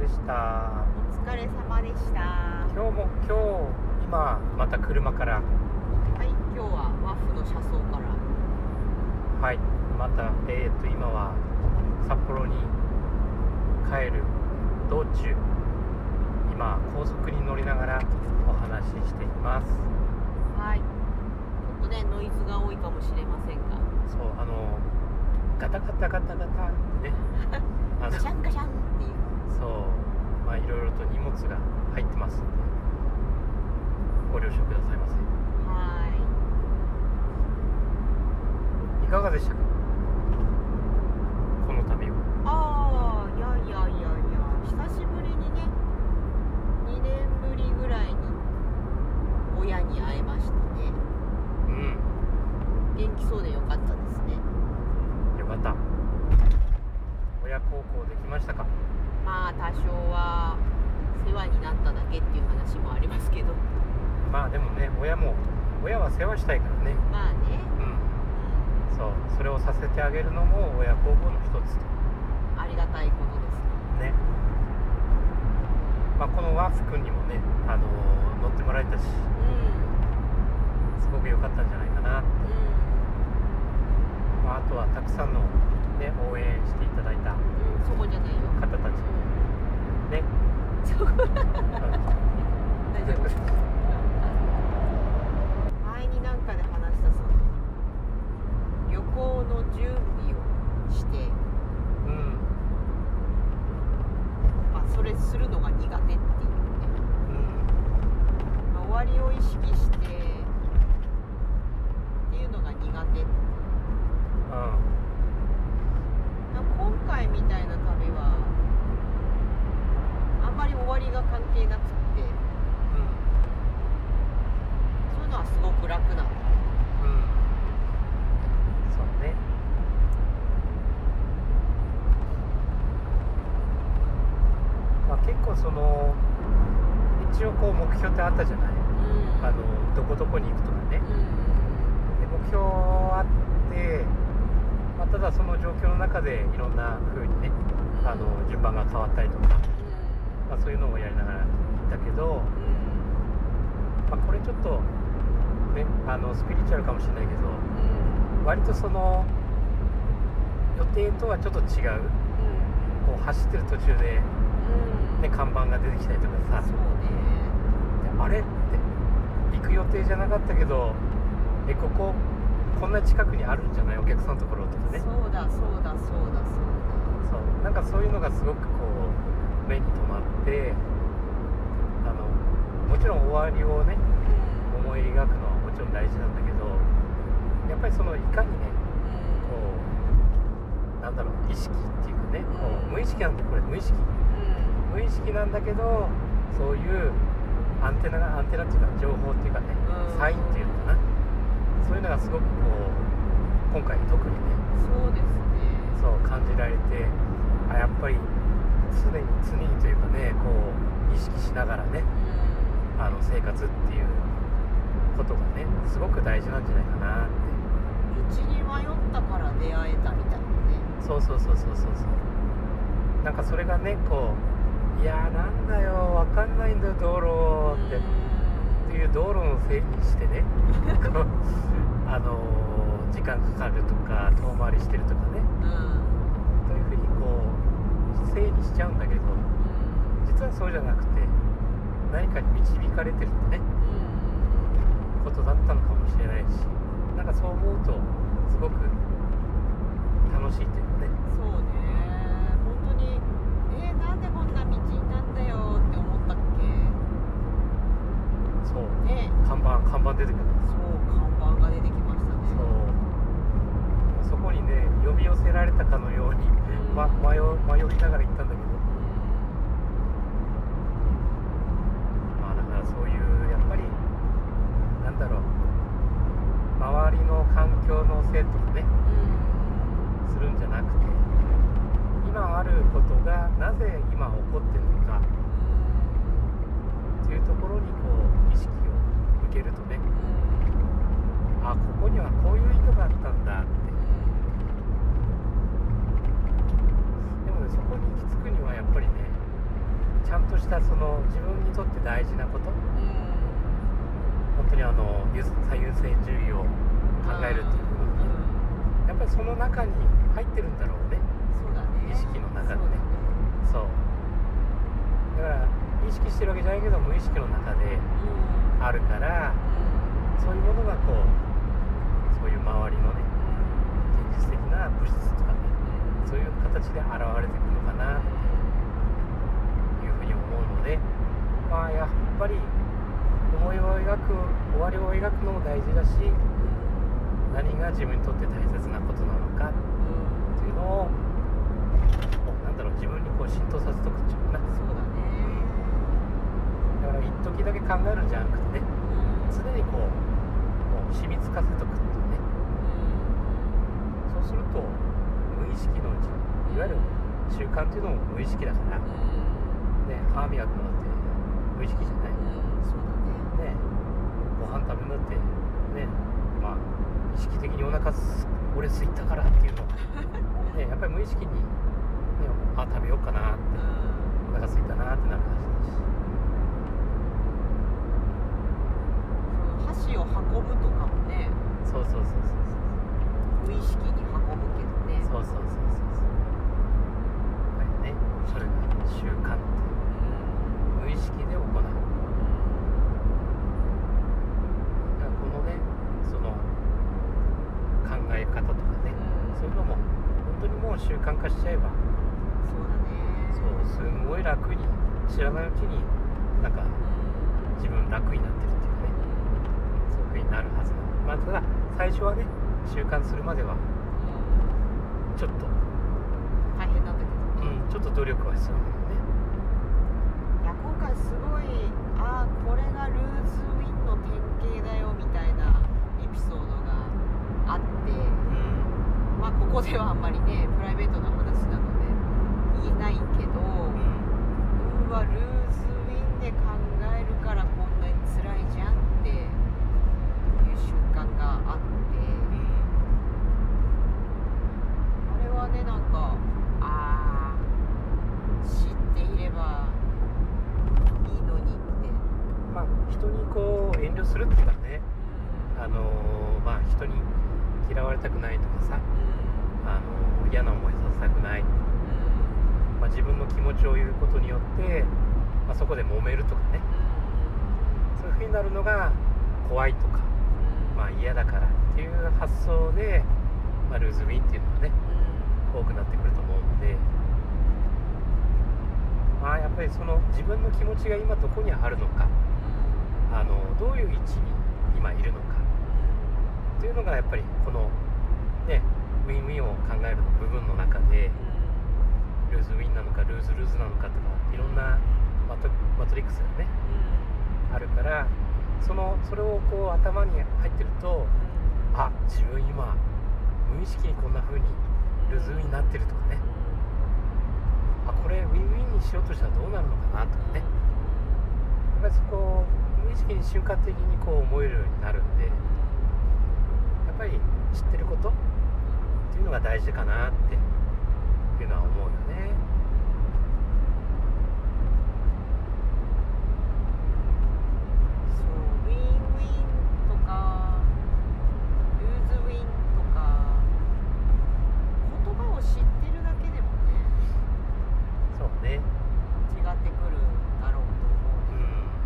でした。 お疲れ様でした。 今また車からはい、今日はワッフの車窓からはい、また今は札幌に帰る道中、今高速に乗りながらお話ししています。 はい、ちょっとねノイズが多いかもしれませんが、 そうガタガタガタガタってねガシャンガシャンっていう、 そういろいろと荷物が入ってますのでご了承くださいませ。いかがでしたか、この旅は。 いや久しぶりにね、2年ぶりぐらいに親に会えましたね。元気そうでよかったですね。 よかった。親孝行できましたか。 まあ多少は世話になっただけっていう話もありますけど、 まあでもね、親は世話したいからね。 まあね、 それをさせてあげるのも親孝行の一つと。 ありがたいことですね。このワッフ君にもね、乗ってもらえたし、すごく良かったんじゃないかなって。あとはたくさんの、ね、応援していただいたそこじゃないよ方たちね。大丈夫。 前になんかで話した旅行の準備をして、それするのが苦手っていうね、終わりを意識してっていうのが苦手。今回みたいな旅はあんまり終わりが関係なくって、そういうのはすごく楽なんだ。 そうね。結構一応目標ってあったじゃない。どこどこに行くとかね。で目標あって、ただその状況の中でいろんな風にね、順番が変わったりとか、そういうのをやりながら行ったけど、これちょっとね、スピリチュアルかもしれないけど、割と予定とはちょっと違う、走ってる途中で、看板が出てきたりとかさ、あれって行く予定じゃなかったけど、こんな近くにあるんじゃない、お客さんのところとかね。 そうだなんかそういうのがすごく目に留まって、もちろん終わりをね、思い描くのはもちろん大事なんだけど、やっぱりいかにね、意識っていうかね、無意識なんで、これ無意識なんだけど、そういうアンテナっていうか情報っていうかね、サインっていうのかな、そういうのがすごく今回特にね、 そうですね、 そう感じられて、やっぱり常にというかね、意識しながらね、生活っていうことがね、すごく大事なんじゃないかなって。 道に迷ったから出会えたみたいなね。 そうなんかそれがね、いやなんだよ、わかんないんだよ道路っていう道路のせいにしてね時間かかるとか遠回りしてるとかね、というふうにせいにしちゃうんだけど、実はそうじゃなくて、何かに導かれてるってね、ことだったのかもしれないし、なんかそう思うとすごく楽しいっていうかね。 そうね、本当になんでこんな道なんだよって思ったっけ。 そうね、看板出てくる。 そう、看板が出てきましたね。 そこにね、呼び寄せられたかのように、迷いながら行ったんだけど、だからそういうやっぱり周りの環境のせいとかね、するんじゃなくて、今あることがなぜ今起こってるのかっていうところに意識を向けるとね、ここにはこういう意図があったんだって。でもね、そこに行き着くにはやっぱりね、 したその自分にとって大事なこと、本当に最優先順位を考えるっていう部分に、やっぱりその中に入ってるんだろうね。 そうだね。 意識の中でね。そうだから意識してるわけじゃないけど無意識の中であるから、そういうものがこうそういう周りのね現実的な物質とかね、そういう形で現れてくるのかなっていうふうに思うので、まあやっぱり思いを描く、終わりを描くのも大事だし、何が自分にとって大切なことなのかっていうのを自分にこう浸透させとくっていうかな。 そうだね。 だから一時だけ考えるんじゃなくてね、常にこうもう染みつかせとくっていうね、そうすると無意識のうちに、いわゆる習慣っていうのも無意識だからね、歯磨くのだって無意識じゃない、 そうだね。 ね、ご飯食べるのだってね、まあ意識的にお腹俺空いたからっていうのね、やっぱり無意識に食べようかなって、お腹空いたなってなるはずだし、 箸を運ぶとかもね、 そう無意識に運ぶけどね。 そうやっぱりね、それが習慣って無意識で行う。だからこのね、その考え方とかね、そういうのも本当にもう習慣化しちゃえば、 そうだね。 そうすんごい楽に、知らないうちになんか自分楽になってるっていうね、そういう風になるはずなの。まあただ最初はね、習慣するまではちょっと大変なんだけど、 ちょっと努力は必要なんだよね。 いや今回すごい、これがルーズウィンの典型だよみたいなエピソードがあって、まあここではあんまりねプライベートな話なので言えないけど、ルーズウィンで考えるからこんなに辛いじゃんっていう瞬間があって、あれはね、なんか知っていればいいのにって、 まあ人にこう遠慮するっていうかね、まあ人に嫌われたくないとかさ、嫌な思いさせたくない、まあ、自分の気持ちを言うことによって、まあ、そこで揉めるとかね、そういう風になるのが怖いとか、まあ嫌だからっていう発想で、まあ、ルーズウィンっていうのがね、多くなってくると思うので、まあやっぱりその自分の気持ちが今どこにあるのか、どういう位置に今いるのかというのがやっぱりこのねウィンウィンを考える部分の中で、ルーズウィンなのかルーズルーズなのかとか、いろんなマトリックスがね、あるから、それをこう頭に入ってると、自分今無意識にこんな風にルーズウィンになってるとかね、これウィンウィンにしようとしたらどうなるのかなとかね、やっぱりそこを無意識に瞬間的にこう思えるようになるんで、やっぱり知ってることっていうのが大事かなっていうのは思うよね。 そう、ウィンウィンとかルーズウィンとか言葉を知ってるだけでもね、 そうね、 違ってくるだろうと思う。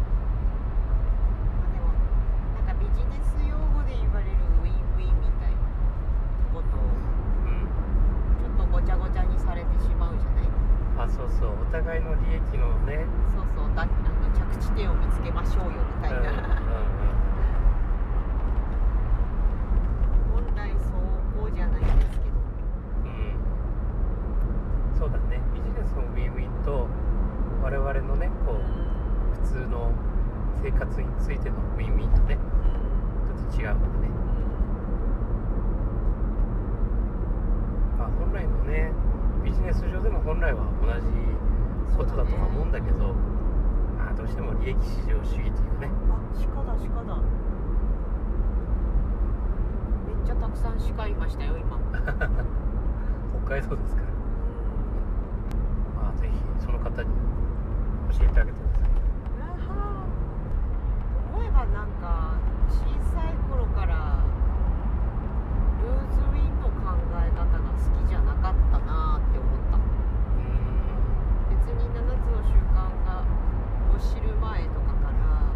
でもなんかビジネス用語で言われるウィンウィンみたいなことをちょっとごちゃごちゃにされてしまうじゃない。 そうお互いの利益のね、 着地点を見つけましょうよみたいな、本来そうじゃないんですけど、 そうだね、ビジネスのウィンウィンと我々のねこう、普通の生活についてのウィンウィンとね、ちょっと違うのでね、まあ本来のねビジネス上でも本来は同じことだとは思うんだけど、どうしても利益至上主義というかね。 鹿だ。めっちゃたくさん鹿いましたよ今。 北海道ですから。ぜひその方に教教えてあげてください。 思えばなんか小さい頃からルーズウィンの考え方が好きじゃなかったなって思った。別に7つの習慣を知る前とかから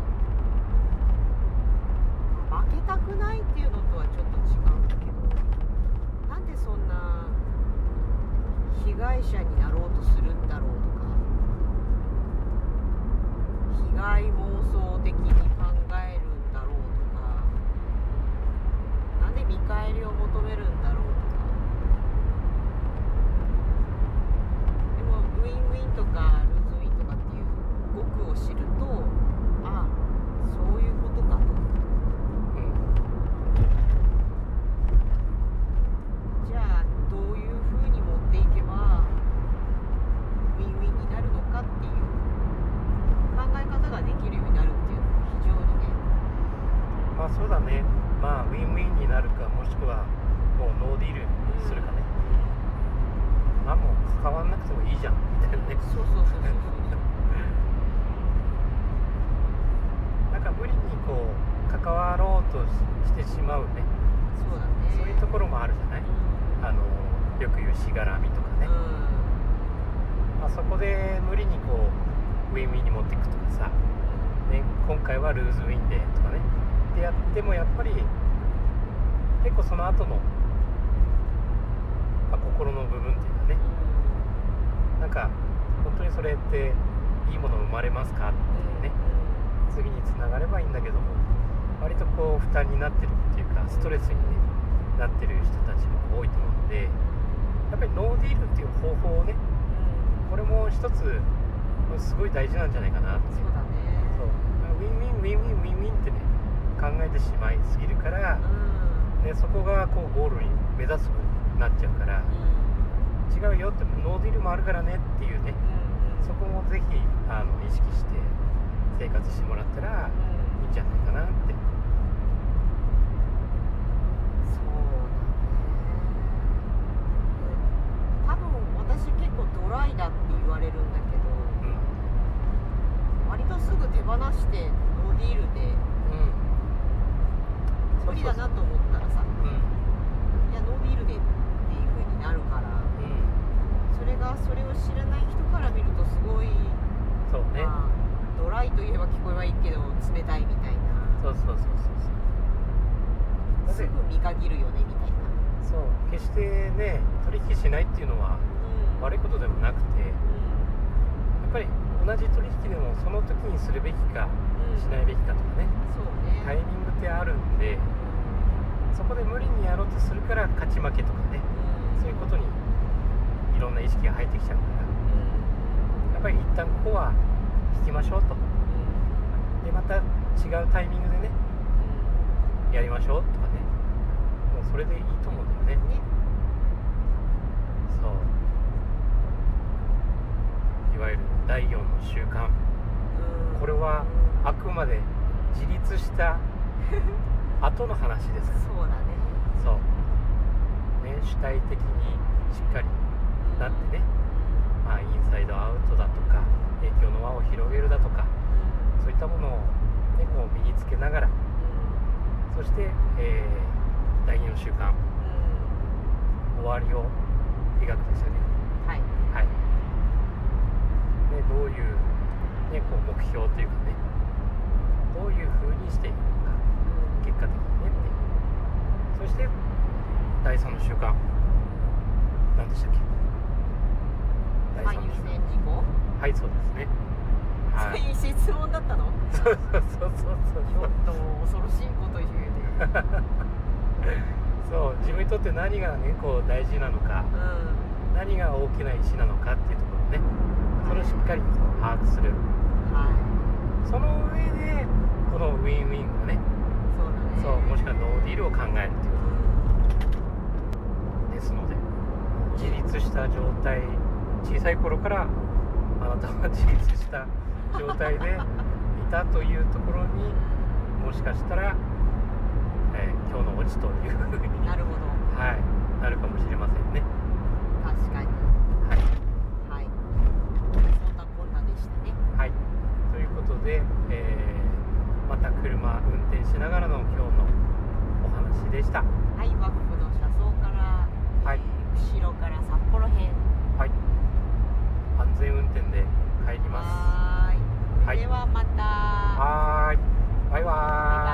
負けたくないっていうのとはちょっと違うんだけど、なんでそんな被害者になろうとするんだろうとか、被害妄想的に考えるんだろうとか、なんで見返りを求めるんだろうとか。でもウィンウィンとかルーズウィンとかっていう語句を知ると、ああそういうことかと。じゃあどういう風に持っていけばウィンウィンになるのかっていう考え方ができるようになるっていうのも非常にね。 まあそうだね。まあウィンウィンになるか、もしくはもうノーディールにするかね。まあもう関わんなくてもいいじゃんみたいなね。 そうそうそうそうそうなんか無理にこう関わろうとしてしまうね。 そうだね。 そういうところもあるじゃない。よく言うしがらみとかね。まあ、そこで無理にこうウィンウィンに持っていくとかさ、ね、今回はルーズウィンでとかねってやってもやっぱり結構その後の、まあ、心の部分っていうかね、なんか本当にそれっていいもの生まれますかっていうね、次につながればいいんだけども、割とこう負担になってるっていうかストレスに、ね、なってる人たちも多いと思うので、やっぱりノーディールっていう方法をね、これも一つすごい大事なんじゃないかなって。 そうだね。 そうウィンウィンウィンウィンウィンウィンってね考えてしまいすぎるから、ね、そこがこうゴールに目指すようになっちゃうから、違うよってノーディールもあるからねっていうね、そこもぜひ意識して生活してもらったらいいんじゃないかなって。 私結構ドライだって言われるんだけど、割とすぐ手放してノーディールで、無理だなと思ったらさ、いやノーディールでっていう風になるから、それを知らない人から見るとすごい、 そうね、 まあ、ドライといえば聞こえはいいけど冷たいみたいな、 そうすぐ見限るよねみたいな。 そう決してね取引しないっていうのは悪いことでもなくて、やっぱり同じ取引でもその時にするべきかしないべきかとかね、 そうね、 タイミングってあるんで、そこで無理にやろうとするから勝ち負けとかね、そういうことにいろんな意識が入ってきちゃうから、やっぱり一旦ここは引きましょうと、でまた違うタイミングでね、やりましょうとかね、もうそれでいいと思うんだよね。そういわゆる第4の習慣、これはあくまで自立した後の話ですから。 そうだね。 そうね、主体的にしっかりなってね、まあ、インサイドアウトだとか影響の輪を広げるだとか、そういったものを、ね、こう身につけながら、そして、第2の習慣、終わりを描くんですよね。 はい、 はいね、どういう、ね、こう目標というかね、どういう風にしていくのか、結果的にねっていう。そして第3の習慣、何でしたっけ？第3の習慣、 優先事項？ はい、そうですね。 はい、そういう質問だったの？ そうちょっと恐ろしいこと言うね。 そう、自分にとって何がねこう大事なのか、何が大きな石なのかっていうところをね、それをしっかり把握する。その上でこのウィンウィンをね、そうもしくはノーディールを考えるっていうことですので、自立した状態、小さい頃からあなたは自立した状態でいたというところにもしかしたら、今日のオチというふうになるほど、 はい、なるかもしれませんね。 確かに。 はい、 はい、そんなこんなでしたね。 はい。 ことで、また車運転しながらの今日のお話でした。 はい、ワッフの車窓から、 はい、 後ろから札幌編。 はい、安全運転で帰ります。 はい、ではまた。 はい、バイバーイ。